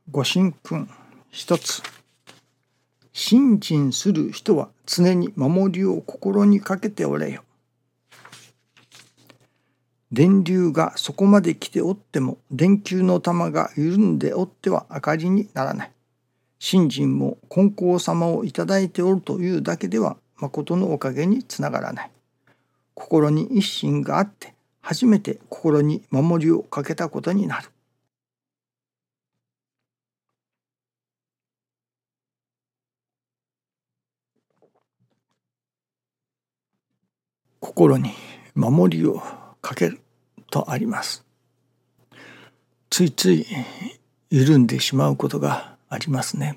ご神君一つ。信心する人は常に守りを心にかけておれよ。電流がそこまで来ておっても、電球の玉が緩んでおっては明かりにならない。信心も金光様をいただいておるというだけでは、誠のおかげにつながらない。心に一心があって、初めて心に守りをかけたことになる。心に守りをかけるとあります。ついつい緩んでしまうことがありますね。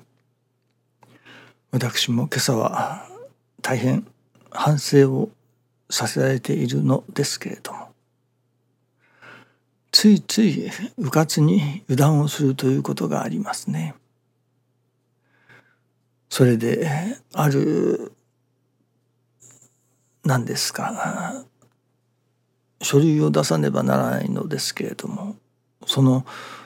私も今朝は大変反省をさせられているのですけれども、ついついうかつに油断をするということがありますね。それである何ですか書類を出さねばならないのですけれども、その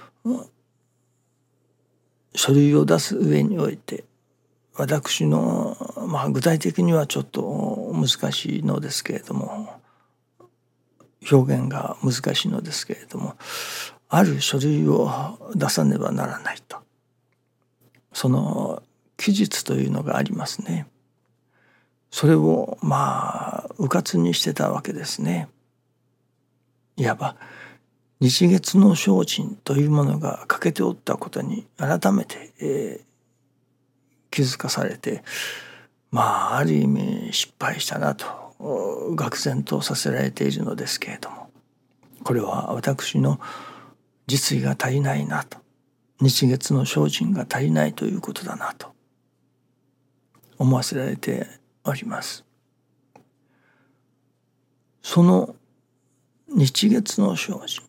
書類を出す上において私の、具体的にはちょっと難しいのですけれども、表現が難しいのですけれども、ある書類を出さねばならないと、その期日というのがありますね。それをうかつにしてたわけですね。いわば日月の精進というものが欠けておったことに改めて、気づかされて、ある意味失敗したなと愕然とさせられているのですけれども、これは私の実意が足りないなと、日月の精進が足りないということだなと思わせられております。その日月の精進、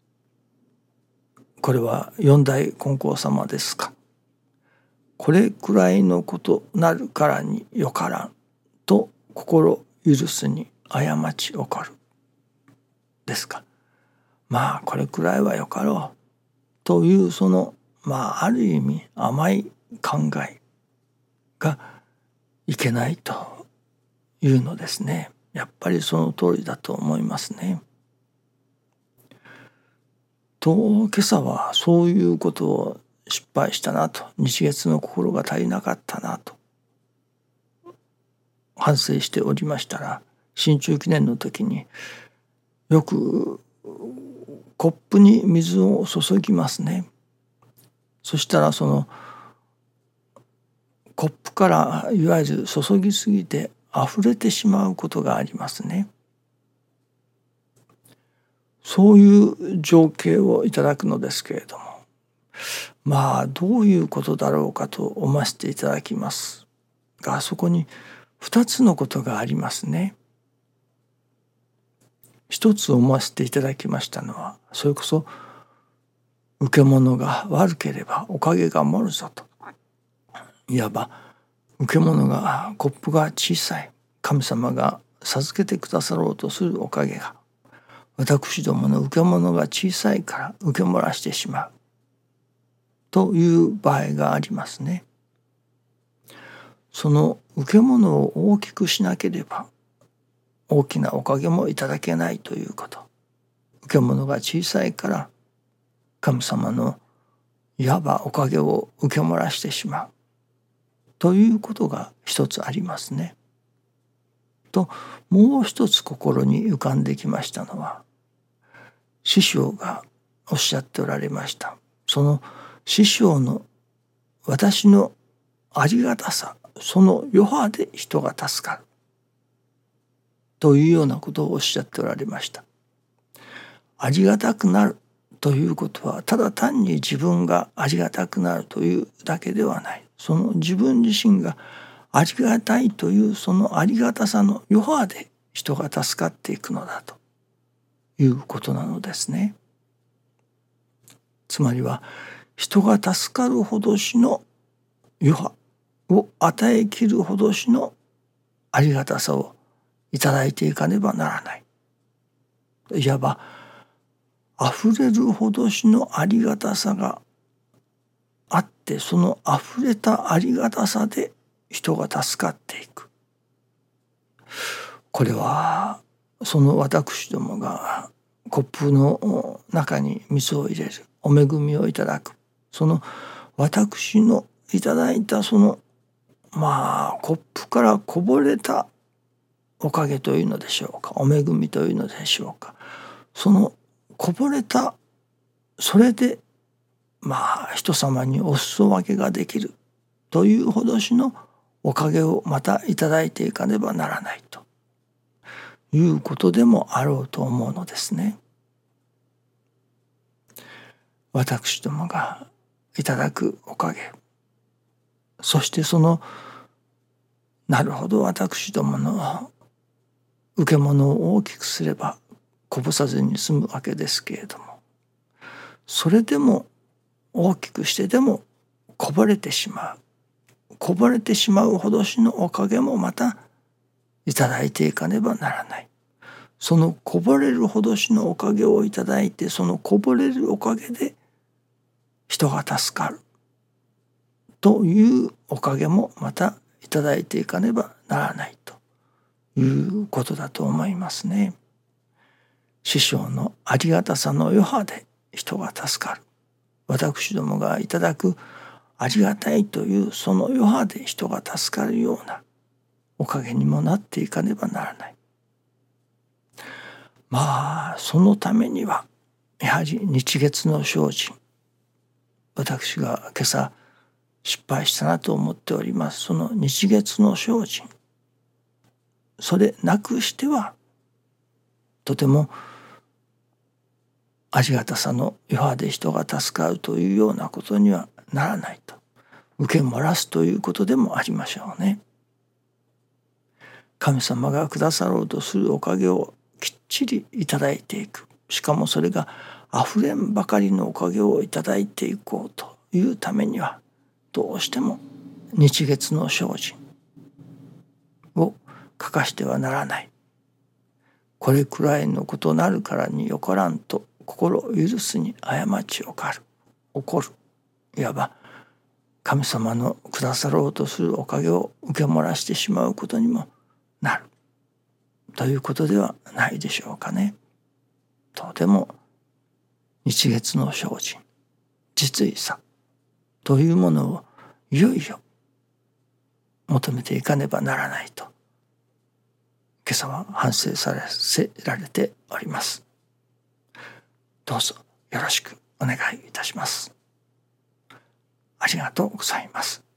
これは四大金光様ですか。これくらいのことなるからによからんと心許すに過ち起こるですか。これくらいはよかろうというそのある意味甘い考えがいけないというのですね。やっぱりその通りだと思いますね。と今朝はそういうことを失敗したなと、日月の心が足りなかったなと反省しておりましたら、新中記念の時によくコップに水を注ぎますね。そしたらそのコップからいわゆる注ぎすぎて溢れてしまうことがありますね。そういう情景をいただくのですけれども、どういうことだろうかと思わせていただきますが、そこに2つのことがありますね。一つ思わせていただきましたのは、それこそ受け物が悪ければおかげが漏るぞと。いわば受け物がコップが小さい、神様が授けてくださろうとするおかげが、私どもの受け物が小さいから受け漏らしてしまうという場合がありますね。その受け物を大きくしなければ大きなおかげもいただけないということ。受け物が小さいから神様のいわばおかげを受け漏らしてしまうということが一つありますね。ともう一つ心に浮かんできましたのは、師匠がおっしゃっておられました。その師匠の私のありがたさ、その余波で人が助かるというようなことをおっしゃっておられました。ありがたくなるということはただ単に自分がありがたくなるというだけではない。その自分自身がありがたいというそのありがたさの余波で人が助かっていくのだということなのですね。つまりは人が助かるほどしの余波を与えきるほどしのありがたさをいただいていかねばならない。いわば溢れるほどしのありがたさがってそのあふれたありがたさで人が助かっていく。これはその私どもがコップの中に水を入れる、お恵みをいただく、その私のいただいたそのコップからこぼれたおかげというのでしょうか、お恵みというのでしょうか、そのこぼれた、それで人様にお裾分けができるというほどしのおかげをまたいただいていかねばならないということでもあろうと思うのですね。私どもがいただくおかげ、そしてそのなるほど私どもの受け物を大きくすればこぼさずに済むわけですけれども、それでも大きくしてでもこぼれてしまうほどしのおかげもまたいただいていかねばならない。そのこぼれるほどしのおかげをいただいて、そのこぼれるおかげで人が助かるというおかげもまたいただいていかねばならないということだと思いますね。師匠のありがたさの余波で人が助かる、私どもがいただくありがたいというその余波で人が助かるようなおかげにもなっていかねばならない。そのためにはやはり日月の精進、私が今朝失敗したなと思っております、その日月の精進、それなくしてはとてもありがたさの余波で人が助かるというようなことにはならないと、受け漏らすということでもありましょうね。神様がくださろうとするおかげをきっちりいただいていく、しかもそれがあふれんばかりのおかげをいただいていこうというためには、どうしても日月の精進を欠かしてはならない。これくらいのことなるからによからんと心を許すに過ちをかる、起こる、いわば神様のくださろうとするおかげを受け漏らしてしまうことにもなるということではないでしょうかね。とても日月の精進、実意さというものをいよいよ求めていかねばならないと今朝は反省させられております。どうぞよろしくお願いいたします。ありがとうございます。